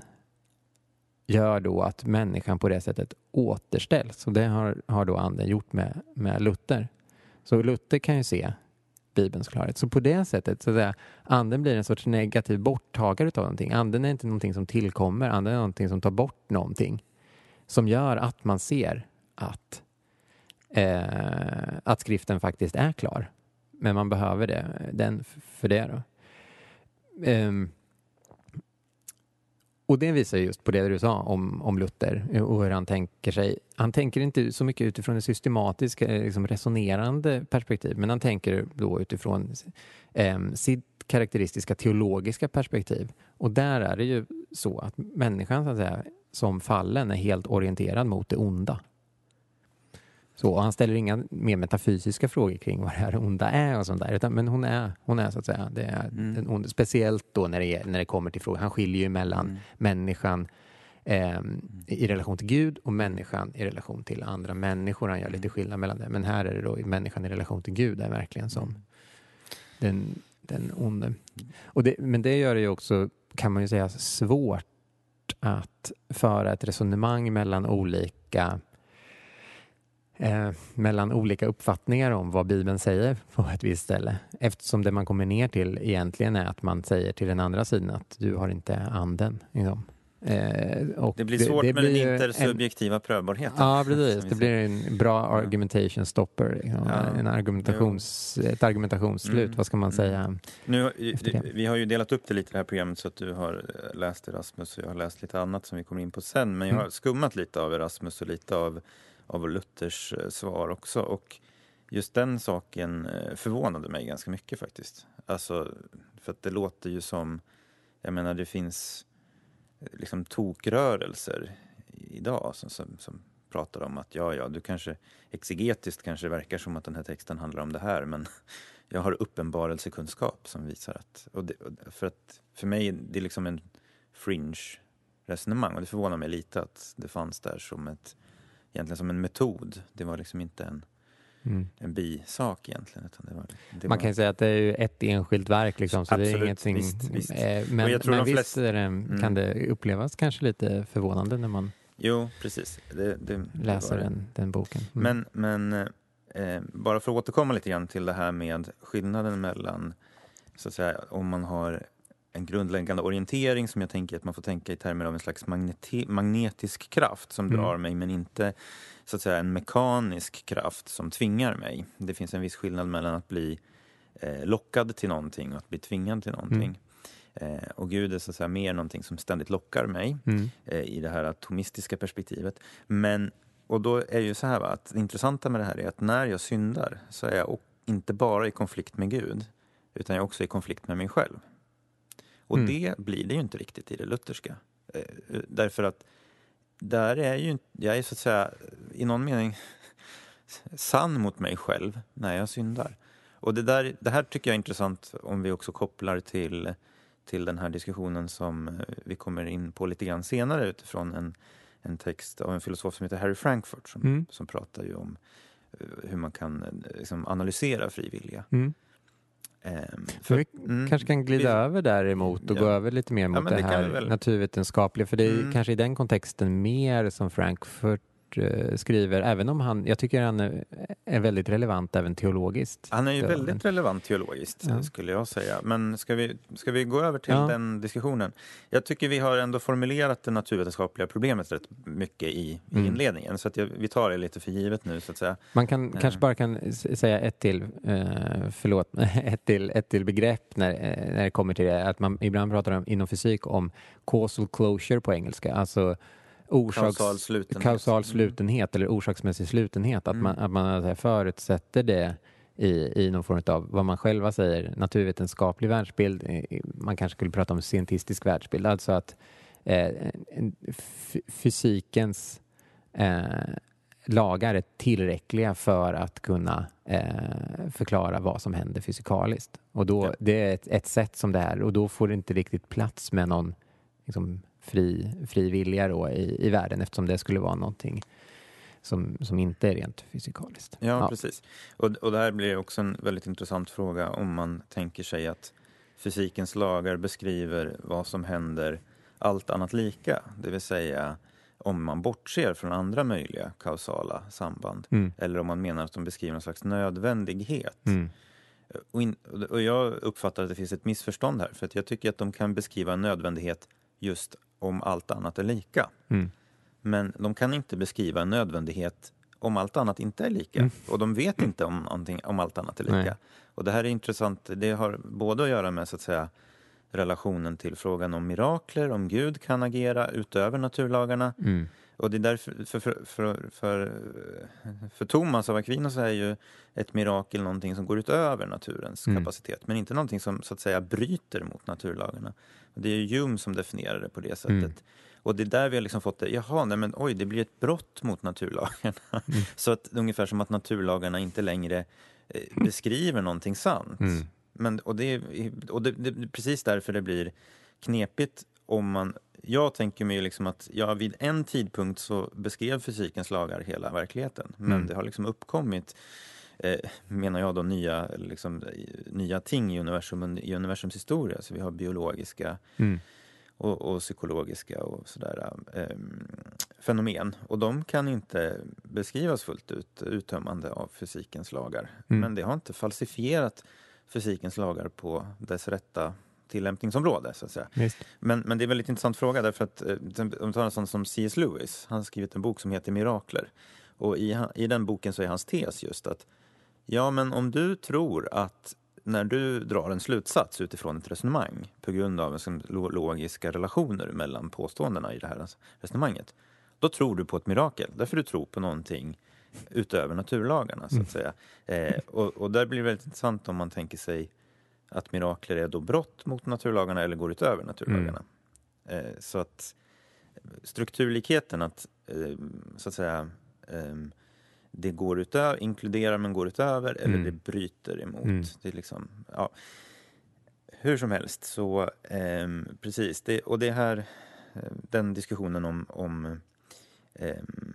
gör då att människan på det sättet återställs. Och det har, har då anden gjort med, med Luther. Så Luther kan ju se Bibelns klarhet. Så på det sättet så att säga, anden blir en sorts negativ borttagare av någonting. Anden är inte någonting som tillkommer. Anden är någonting som tar bort någonting. Som gör att man ser att Eh, att skriften faktiskt är klar. Men man behöver det, den för det då. Eh, och det visar just på det du sa om, om Luther och hur han tänker sig. Han tänker inte så mycket utifrån ett systematiskt liksom resonerande perspektiv, men han tänker då utifrån eh, sitt karaktäristiska teologiska perspektiv. Och där är det ju så att människan så att säga, som fallen är helt orienterad mot det onda. Så, och han ställer inga mer metafysiska frågor kring vad det här onda är och sånt där. Utan, men hon är, hon är så att säga, det är mm. den onda, speciellt då när det, är, när det kommer till frågan. Han skiljer ju mellan mm. människan eh, i relation till Gud och människan i relation till andra människor. Han gör lite skillnad mellan det. Men här är det då människan i relation till Gud är verkligen som den, den onde. Och det, men det gör det ju också, kan man ju säga, svårt att föra ett resonemang mellan olika Eh, mellan olika uppfattningar om vad Bibeln säger på ett visst ställe. Eftersom det man kommer ner till egentligen är att man säger till den andra sidan att du har inte anden. Liksom. Eh, och det blir svårt det, det med blir den intersubjektiva en, prövbarheten. Ja, precis. Det blir en bra argumentation stopper. Liksom. Ja. En argumentations, ett argumentationsslut, mm. vad ska man säga? Nu, vi har ju delat upp det lite i det här programmet så att du har läst Erasmus och jag har läst lite annat som vi kommer in på sen. Men jag har skummat lite av Erasmus och lite av av Luthers svar också, och just den saken förvånade mig ganska mycket faktiskt. Alltså, för att det låter ju som, jag menar det finns liksom tokrörelser idag som, som, som pratar om att ja, ja, du kanske exegetiskt kanske verkar som att den här texten handlar om det här, men jag har uppenbarelsekunskap som visar att, och det, för att för mig det är liksom en fringe resonemang, och det förvånar mig lite att det fanns där som ett, egentligen som en metod. Det var liksom inte en Mm. en bisak egentligen. Utan det var, det Man var... kan ju säga att det är ju ett enskilt verk liksom, så Absolut, det är ingenting. Visst, visst. Eh, men jag tror men de visst flesta... är det, mm. kan det upplevas kanske lite förvånande när man jo, precis. Det, det, läser det den, den boken. Mm. Men, men eh, bara för att återkomma lite grann till det här med skillnaden mellan, så att säga, om man har en grundläggande orientering som jag tänker att man får tänka i termer av en slags magneti- magnetisk kraft som mm. drar mig, men inte så att säga en mekanisk kraft som tvingar mig. Det finns en viss skillnad mellan att bli eh, lockad till någonting och att bli tvingad till någonting. Mm. Eh, och Gud är så att säga mer någonting som ständigt lockar mig mm. eh, i det här atomistiska perspektivet. Men, och då är ju så här va, att det intressanta med det här är att när jag syndar så är jag inte bara i konflikt med Gud, utan jag är också i konflikt med mig själv. Och mm. det blir det ju inte riktigt i det lutherska. Eh, därför att där är ju, jag är så att säga i någon mening sann mot mig själv när jag syndar. Och det, där, det här tycker jag är intressant om vi också kopplar till, till den här diskussionen som vi kommer in på lite grann senare utifrån en, en text av en filosof som heter Harry Frankfurt som, mm. som pratar ju om hur man kan liksom, analysera frivilliga. Mm. Um, för, vi mm, kanske kan glida vi, över däremot och ja. gå över lite mer mot ja, det, det här naturvetenskapliga, för det är mm. kanske i den kontexten mer som Frankfurt uh, skriver, även om han, jag tycker han är, är väldigt relevant även teologiskt. Han är ju så, väldigt men, relevant teologiskt ja. skulle jag säga, men ska vi, ska vi gå över till ja. den diskussionen? Jag tycker vi har ändå formulerat det naturvetenskapliga problemet rätt mycket i, i mm. inledningen, så att jag, vi tar det lite för givet nu så att säga. Man kan uh. kanske bara kan säga ett till uh, förlåt, ett till, ett till begrepp när, när det kommer till det, att man ibland pratar om, inom fysik om causal closure på engelska, alltså Orsaks, kausal slutenhet, kausal slutenhet mm. eller orsaksmässig slutenhet, att mm. man, att man förutsätter det i, i någon form av vad man själva säger naturvetenskaplig världsbild. Man kanske skulle prata om scientistisk världsbild, alltså att eh, f- fysikens eh, lagar är tillräckliga för att kunna eh, förklara vad som händer fysikaliskt, och då ja. det är ett, ett sätt som det är, och då får det inte riktigt plats med någon liksom fri, fri vilja då i, i världen, eftersom det skulle vara någonting som, som inte är rent fysikaliskt. Ja, ja. precis. Och, och det här blir också en väldigt intressant fråga om man tänker sig att fysikens lagar beskriver vad som händer allt annat lika. Det vill säga om man bortser från andra möjliga kausala samband. Mm. Eller om man menar att de beskriver en slags nödvändighet. Mm. Och, in, och jag uppfattar att det finns ett missförstånd här. För att jag tycker att de kan beskriva en nödvändighet just om allt annat är lika. Mm. Men de kan inte beskriva en nödvändighet om allt annat inte är lika. Mm. Och de vet inte om, om allt annat är lika. Nej. Och det här är intressant. Det har både att göra med så att säga relationen till frågan om mirakler, om Gud kan agera utöver naturlagarna. Mm. Och det är därför för, för, för, för, för Thomas av Aquinas är ju ett mirakel någonting som går utöver naturens mm. kapacitet, men inte någonting som så att säga bryter mot naturlagarna. Och det är ju Hume som definierar det på det sättet. Mm. Och det är där vi har liksom fått det, jaha, nej men oj, det blir ett brott mot naturlagarna. Mm. Så att ungefär som att naturlagarna inte längre eh, beskriver någonting sant. Mm. Men, och det är, och det, det, precis därför det blir knepigt om man, jag tänker mig liksom att ja, vid en tidpunkt så beskrev fysikens lagar hela verkligheten. Men mm. det har liksom uppkommit, eh, menar jag då, nya, liksom, nya ting i, universum, i universums historia. Så vi har biologiska mm. och, och psykologiska och sådär eh, fenomen. Och de kan inte beskrivas fullt ut uttömmande av fysikens lagar. Mm. Men det har inte falsifierat fysikens lagar på dess rätta tillämpningsområde, så att säga. Men, men det är en väldigt intressant fråga, därför att om vi tar en sån som C S Lewis, han har skrivit en bok som heter Mirakler. Och i, i den boken så är hans tes just att ja, men om du tror att när du drar en slutsats utifrån ett resonemang på grund av liksom, logiska relationer mellan påståendena i det här resonemanget, då tror du på ett mirakel. Därför du tror på någonting utöver naturlagarna så att säga. Eh, och, och där blir det väldigt intressant om man tänker sig att mirakler är då brott mot naturlagarna eller går utöver naturlagarna. Mm. Eh, så att strukturlikheten att eh, så att säga eh, det går utöver, inkluderar men går utöver eller mm. det bryter emot. Mm. Det är liksom, ja, hur som helst så eh, precis, det, och det här den diskussionen om om, eh,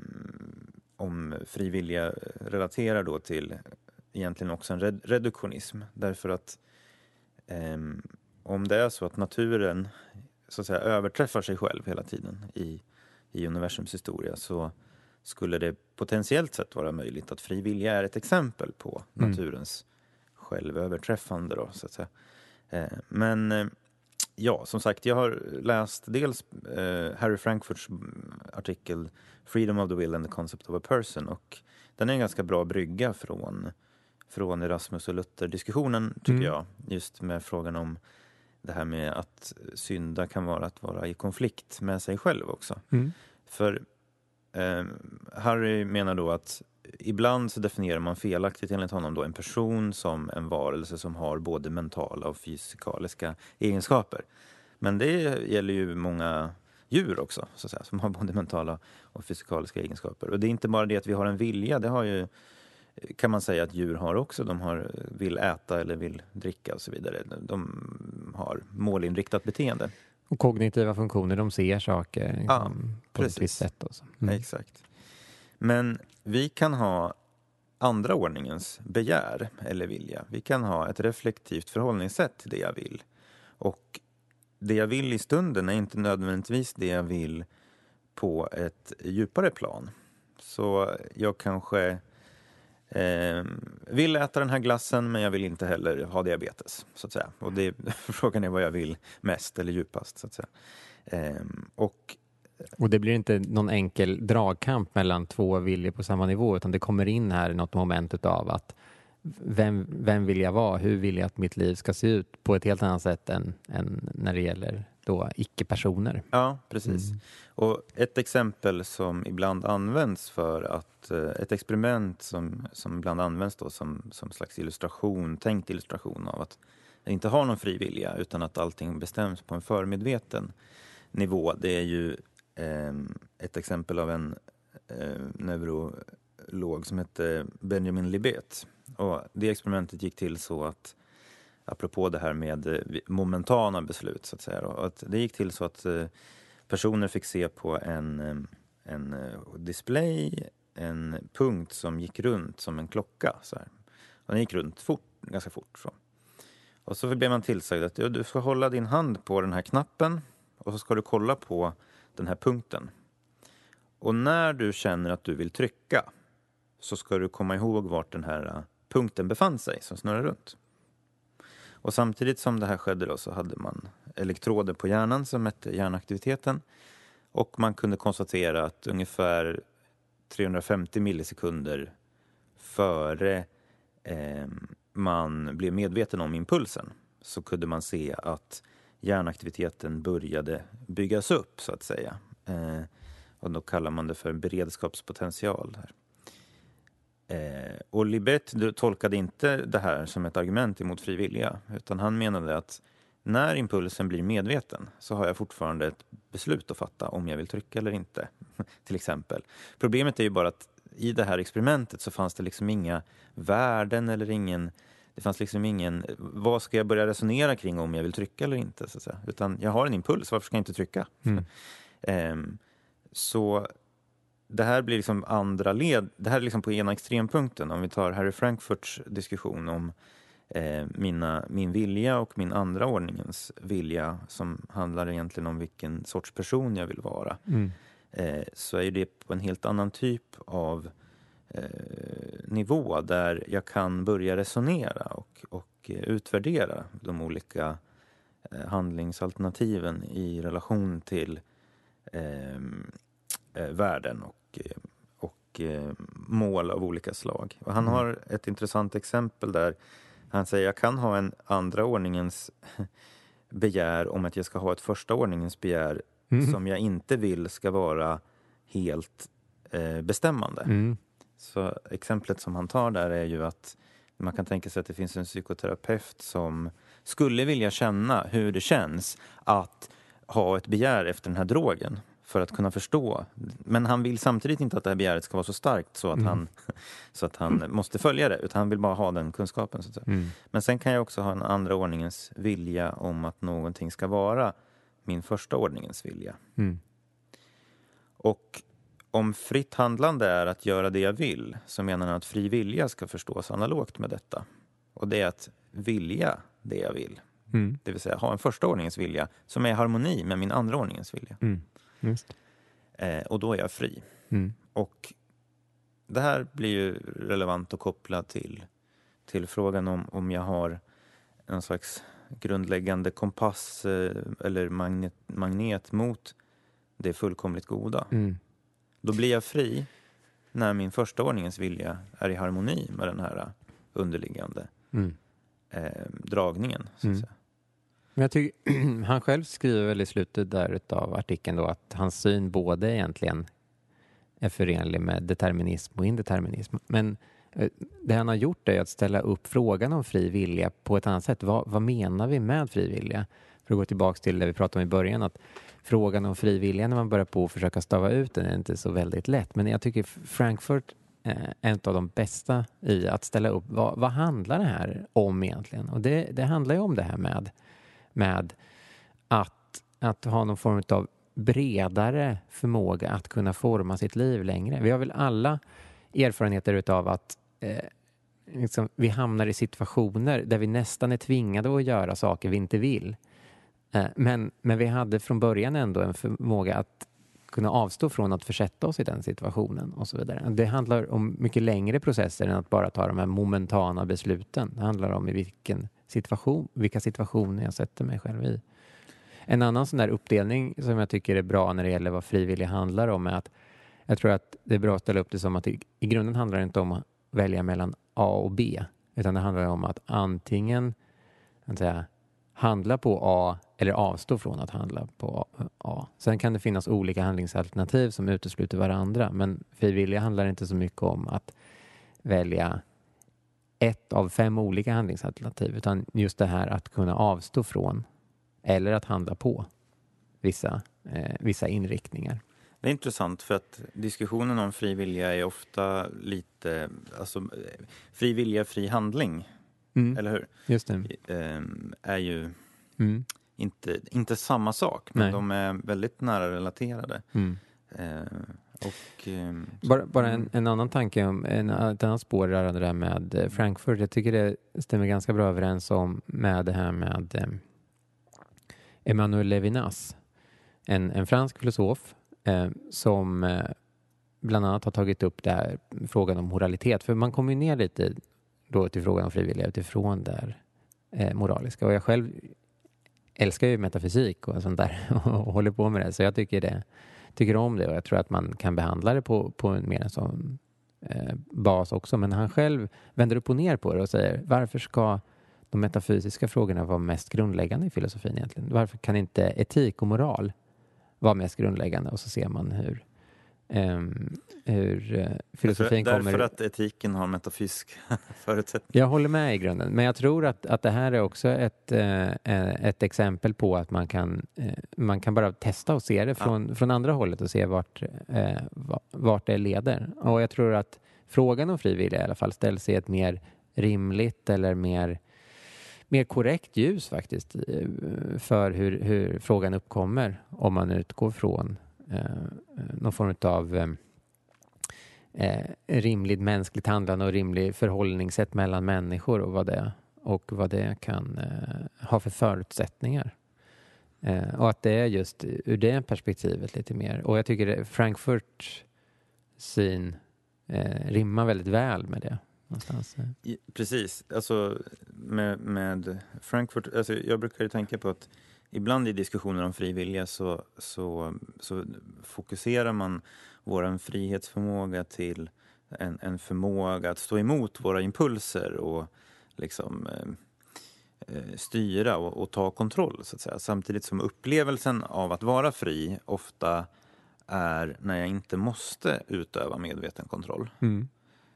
om frivilliga relaterar då till egentligen också en red, reduktionism därför att eh, om det är så att naturen så att säga överträffar sig själv hela tiden i, i universums historia så skulle det potentiellt sett vara möjligt att frivilliga är ett exempel på mm. naturens självöverträffande då, så att säga. Eh, men eh, ja, som sagt, jag har läst dels eh, Harry Frankfurts artikel Freedom of the Will and the Concept of a Person och den är en ganska bra brygga från, från Erasmus och Luther-diskussionen tycker mm. jag, just med frågan om det här med att synda kan vara att vara i konflikt med sig själv också. Mm. För eh, Harry menar då att ibland så definierar man felaktigt enligt honom då en person som en varelse som har både mentala och fysikaliska egenskaper. Men det gäller ju många djur också så att säga, som har både mentala och fysikaliska egenskaper. Och det är inte bara det att vi har en vilja, det har ju, kan man säga att djur har också. De har, vill äta eller vill dricka och så vidare. De har målinriktat beteende. Och kognitiva funktioner, de ser saker liksom, ja, på ett visst sätt också. Mm. Exakt. Men vi kan ha andra ordningens begär eller vilja. Vi kan ha ett reflektivt förhållningssätt till det jag vill. Och det jag vill i stunden är inte nödvändigtvis det jag vill på ett djupare plan. Så jag kanske eh, vill äta den här glassen men jag vill inte heller ha diabetes, så att säga. Och det, frågan är vad jag vill mest eller djupast, så att säga. Eh, och Och det blir inte någon enkel dragkamp mellan två viljor på samma nivå utan det kommer in här något moment av att vem, vem vill jag vara? Hur vill jag att mitt liv ska se ut? På ett helt annat sätt än, än när det gäller då icke-personer. Ja, precis. Mm. Och ett exempel som ibland används för att ett experiment som, som ibland används då som, som slags illustration, tänkt illustration av att inte ha någon fri vilja utan att allting bestäms på en förmedveten nivå. Det är ju ett exempel av en eh, neurolog som hette Benjamin Libet. Och det experimentet gick till så att, apropå det här med momentana beslut så att säga, och att det gick till så att eh, personer fick se på en, en display en punkt som gick runt som en klocka. Så här. Och den gick runt fort, ganska fort. Så. Och så blev man tillsagd att ja, du ska hålla din hand på den här knappen och så ska du kolla på den här punkten. Och när du känner att du vill trycka så ska du komma ihåg vart den här punkten befann sig som snurrar runt. Och samtidigt som det här skedde då så hade man elektroder på hjärnan som mätte hjärnaktiviteten och man kunde konstatera att ungefär trehundrafemtio millisekunder före eh, man blev medveten om impulsen så kunde man se att hjärnaktiviteten började byggas upp så att säga. Eh, och då kallar man det för beredskapspotential. Här. Eh, och Libet tolkade inte det här som ett argument emot frivilliga utan han menade att när impulsen blir medveten så har jag fortfarande ett beslut att fatta om jag vill trycka eller inte, till exempel. Problemet är ju bara att i det här experimentet så fanns det liksom inga värden eller ingen, det fanns liksom ingen, vad ska jag börja resonera kring om jag vill trycka eller inte, så att säga. Utan jag har en impuls, varför ska jag inte trycka? Mm. um, så det här blir liksom andra led, det här är liksom på ena extrempunkten. Om vi tar Harry Frankfurts diskussion om eh, mina, min vilja och min andra ordningens vilja som handlar egentligen om vilken sorts person jag vill vara. Mm. Eh, så är ju det på en helt annan typ av eh, nivå där jag kan börja resonera och, och eh, utvärdera de olika eh, handlingsalternativen i relation till eh, eh, världen och, och eh, mål av olika slag. Och han mm. har ett intressant exempel där han säger jag kan ha en andra ordningens begär om att jag ska ha ett första ordningens begär mm. som jag inte vill ska vara helt eh, bestämmande. Mm. Så exemplet som han tar där är ju att man kan tänka sig att det finns en psykoterapeut som skulle vilja känna hur det känns att ha ett begär efter den här drogen för att kunna förstå. Men han vill samtidigt inte att det här begäret ska vara så starkt så att, mm. han, så att han måste följa det, utan han vill bara ha den kunskapen. Så att säga. Mm. Men sen kan jag också ha en andra ordningens vilja om att någonting ska vara min första ordningens vilja. Mm. Och om fritt handlande är att göra det jag vill, så menar han att fri vilja ska förstås analogt med detta. Och det är att vilja det jag vill. Mm. Det vill säga ha en första ordningens vilja som är i harmoni med min andra ordningens vilja. Mm. Just. Eh, och då är jag fri. Mm. Och det här blir ju relevant att koppla till, till frågan om, om jag har en slags grundläggande kompass eh, eller magnet, magnet mot det fullkomligt goda. Mm. Då blir jag fri när min första ordningens vilja är i harmoni med den här underliggande mm. eh, dragningen. Så att mm. säga. Men jag tycker, han själv skriver väl i slutet där av artikeln då att hans syn både egentligen är förenlig med determinism och indeterminism. Men det han har gjort är att ställa upp frågan om fri vilja på ett annat sätt. Vad, vad menar vi med fri vilja? För att gå tillbaka till det vi pratade om i början, att frågan om fri vilja när man börjar på att försöka stava ut den är inte så väldigt lätt. Men jag tycker Frankfurt är en av de bästa i att ställa upp vad, vad handlar det här om egentligen? Och det, det handlar ju om det här med med att, att ha någon form av bredare förmåga att kunna forma sitt liv längre. Vi har väl alla erfarenheter utav att eh, liksom, vi hamnar i situationer där vi nästan är tvingade att göra saker vi inte vill. Eh, men, men vi hade från början ändå en förmåga att kunna avstå från att försätta oss i den situationen och så vidare. Det handlar om mycket längre processer än att bara ta de här momentana besluten. Det handlar om i vilken situation, vilka situationer jag sätter mig själv i. En annan sån där uppdelning som jag tycker är bra när det gäller vad frivillig handlar om är att jag tror att det är bra att ställa upp det som att det, i grunden handlar det inte om att välja mellan A och B, utan det handlar om att antingen att säga, handla på A eller avstå från att handla på A. Sen kan det finnas olika handlingsalternativ som utesluter varandra, men frivilliga handlar inte så mycket om att välja ett av fem olika handlingsalternativ, utan just det här att kunna avstå från eller att handla på vissa, eh, vissa inriktningar. Det är intressant för att diskussionen om fri vilja är ofta lite, alltså fri vilja, fri handling, mm. eller hur? Just det. Eh, är ju mm. inte, inte samma sak, men Nej. de är väldigt nära relaterade. Mm. Eh, Och, um, bara bara en, en annan tanke om en, ett annat spår rörande det där med Frankfurt. Jag tycker det stämmer ganska bra överens om med det här med um, Emmanuel Levinas, en, en fransk filosof eh, som eh, bland annat har tagit upp det här, frågan om moralitet. För man kommer ju ner lite då till frågan om frivilliga utifrån där eh, moraliska. Och jag själv älskar ju metafysik och sånt där och håller på med det. Så jag tycker det tycker om det, och jag tror att man kan behandla det på, på en mer en sån eh, bas också. Men han själv vänder upp och ner på det och säger, varför ska de metafysiska frågorna vara mest grundläggande i filosofin egentligen? Varför kan inte etik och moral vara mest grundläggande? Och så ser man hur, um, hur uh, filosofin därför, kommer... Därför att etiken har metafysiska förutsättningar. Jag håller med i grunden. Men jag tror att, att det här är också ett, uh, ett exempel på att man kan, uh, man kan bara testa och se det från, ja. från andra hållet och se vart, uh, vart det leder. Och jag tror att frågan om frivilliga i alla fall ställs i ett mer rimligt eller mer mer korrekt ljus faktiskt för hur, hur frågan uppkommer om man utgår från eh, någon form av eh, eh, rimligt mänskligt handlande och rimlig förhållningssätt mellan människor och vad det, och vad det kan eh, ha för förutsättningar. Eh, och att det är just ur det perspektivet lite mer. Och jag tycker Frankfurt syn eh, rimmar väldigt väl med det. Någonstans. I, precis, alltså med, med Frankfurt, alltså jag brukar ju tänka på att ibland i diskussioner om frivilliga så, så, så fokuserar man vår frihetsförmåga till en, en förmåga att stå emot våra impulser och liksom eh, styra och, och ta kontroll så att säga. Samtidigt som upplevelsen av att vara fri ofta är när jag inte måste utöva medveten kontroll. Mm.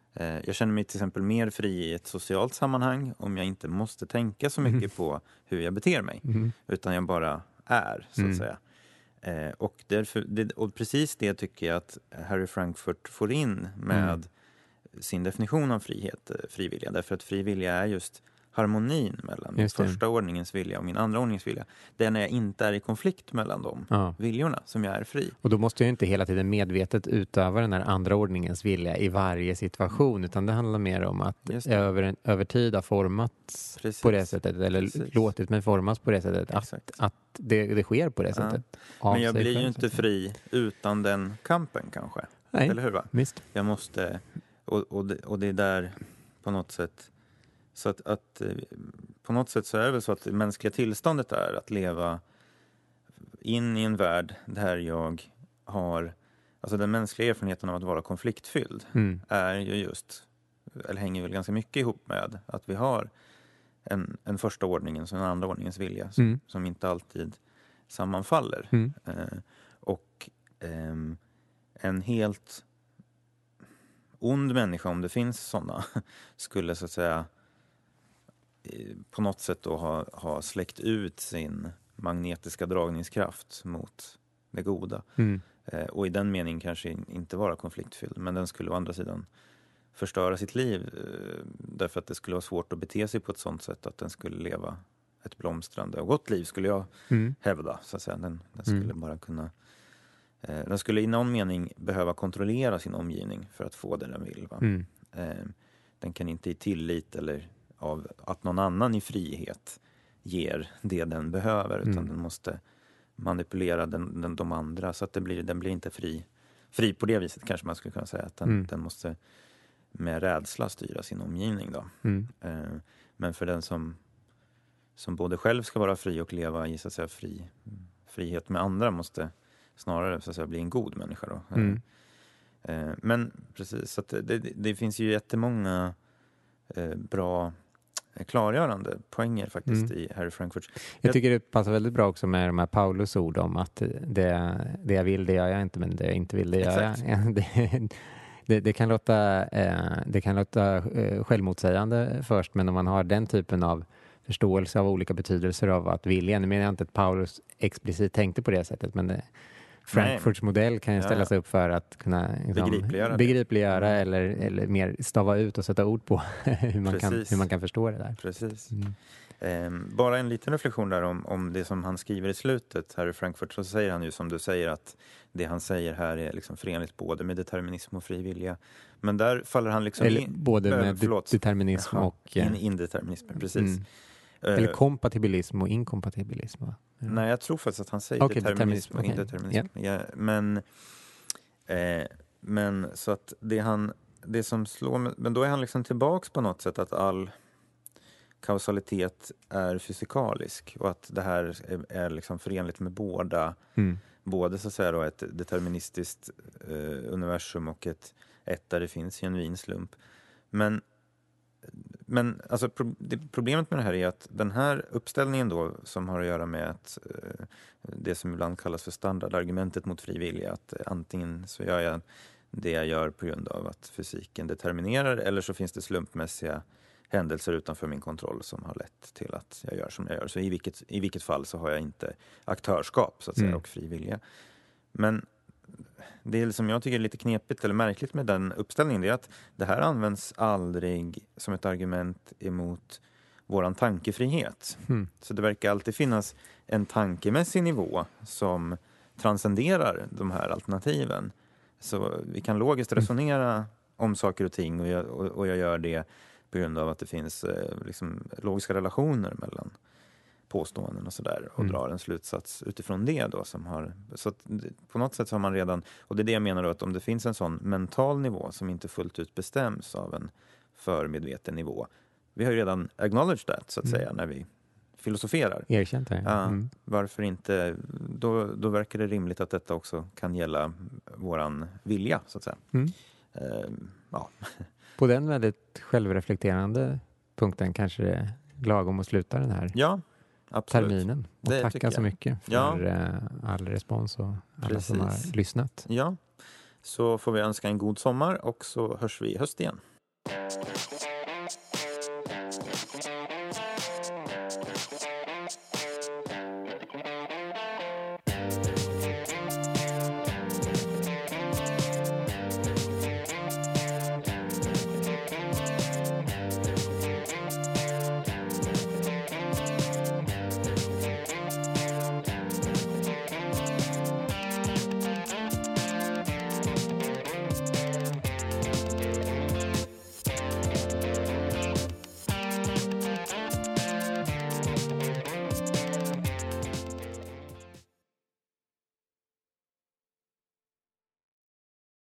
Eh, jag känner mig till exempel mer fri i ett socialt sammanhang om jag inte måste tänka så mycket mm. på hur jag beter mig. Mm. Utan jag bara är, så att mm. säga. Eh, och, därför, det, och precis det tycker jag att Harry Frankfurt får in med mm. sin definition av frihet, frivilliga. Därför att frivilliga är just harmonin mellan min första ordningens vilja och min andra ordningens vilja. Det är när jag inte är i konflikt mellan de ja. viljorna som jag är fri. Och då måste jag inte hela tiden medvetet utöva den här andra ordningens vilja i varje situation, mm. utan det handlar mer om att över, en, över tid har formats Precis. på det sättet, eller Precis. låtit mig formas på det sättet, att, att det, det sker på det ja. sättet. Men jag blir ju inte fri utan den kampen kanske. Nej, eller hur va? Visst. Jag måste, och, och, det, och det är där på något sätt. Så att, att på något sätt så är det väl så att det mänskliga tillståndet är att leva in i en värld där jag har, alltså den mänskliga erfarenheten av att vara konfliktfylld mm. är ju just, eller hänger väl ganska mycket ihop med att vi har en, en första ordningens och en andra ordningens vilja som, mm. som inte alltid sammanfaller. Mm. Eh, och eh, en helt ond människa, om det finns sådana, skulle så att säga på något sätt då ha, ha släckt ut sin magnetiska dragningskraft mot det goda. Mm. Eh, och i den meningen kanske inte vara konfliktfylld, men den skulle å andra sidan förstöra sitt liv eh, därför att det skulle vara svårt att bete sig på ett sådant sätt att den skulle leva ett blomstrande och gott liv, skulle jag mm. hävda. Så att säga. Den, den skulle mm. bara kunna eh, den skulle i någon mening behöva kontrollera sin omgivning för att få det den vill. Va? Mm. Eh, den kan inte i tillit eller av att någon annan i frihet ger det den behöver, utan mm. den måste manipulera den, den, de andra så att det blir, den blir inte fri, fri på det viset, kanske man skulle kunna säga att den, mm. den måste med rädsla styra sin omgivning då. Mm. Eh, men för den som, som både själv ska vara fri och leva i så att säga, fri, frihet med andra måste snarare så att säga, bli en god människa då. Mm. Eh, men precis, så att det, det, det finns ju jättemånga eh, bra klargörande poänger faktiskt mm. i Harry Frankfurt. Jag tycker det passar väldigt bra också med de här Paulus ord om att det, det jag vill, det gör jag inte, men det jag inte vill, det gör jag. Det, det, det kan låta, eh, det kan låta eh, självmotsägande först, men om man har den typen av förståelse av olika betydelser av att vilja, nu menar jag inte att Paulus explicit tänkte på det sättet, men det, Frankfurts modell kan ju ställa sig upp för att kunna liksom, begripliggöra, begripliggöra mm. eller, eller mer stava ut och sätta ord på hur, man kan, hur man kan förstå det där. Precis. Mm. Eh, bara en liten reflektion där om, om det som han skriver i slutet här i Frankfurt, så säger han ju som du säger att det han säger här är liksom förenligt både med determinism och fri vilja. Men där faller han liksom eller in, både med de- determinism Jaha, och in, indeterminism, precis. Mm. Eller kompatibilism och inkompatibilism, va? Ja. Nej, jag tror faktiskt att han säger okay, determinism, determinism och okay. indeterminism. Yeah. Ja, men, eh, men så att det han, det som slår mig, men då är han liksom tillbaks på något sätt att all kausalitet är fysikalisk och att det här är, är liksom förenligt med båda, mm. både så att säga då ett deterministiskt eh, universum och ett, ett där det finns genuin slump. Men Men alltså, pro- det, problemet med det här är att den här uppställningen då, som har att göra med att, eh, det som ibland kallas för standardargumentet mot fri vilja, att eh, antingen så gör jag det jag gör på grund av att fysiken determinerar, eller så finns det slumpmässiga händelser utanför min kontroll som har lett till att jag gör som jag gör. Så i vilket, i vilket fall så har jag inte aktörskap så att säga, mm. och fri vilja. Men det som jag tycker är lite knepigt eller märkligt med den uppställningen är att det här används aldrig som ett argument emot våran tankefrihet. Mm. Så det verkar alltid finnas en tankemässig nivå som transcenderar de här alternativen. Så vi kan logiskt resonera mm. om saker och ting och jag, och, och jag gör det på grund av att det finns eh, liksom, logiska relationer mellan påståenden och sådär och mm. drar en slutsats utifrån det då som har, så att på något sätt så har man redan, och det är det jag menar då, att om det finns en sån mental nivå som inte fullt ut bestäms av en förmedveten nivå, vi har ju redan acknowledged that så att mm. säga när vi filosoferar. Erkänt det. Ja, mm. Varför inte, då, då verkar det rimligt att detta också kan gälla våran vilja så att säga. Mm. Uh, ja. På den väldigt självreflekterande punkten kanske det är lagom att sluta den här ja. Absolut. terminen. Och det tacka så mycket för ja. all respons och alla Precis. som har lyssnat. Ja, så får vi önska en god sommar och så hörs vi i höst igen.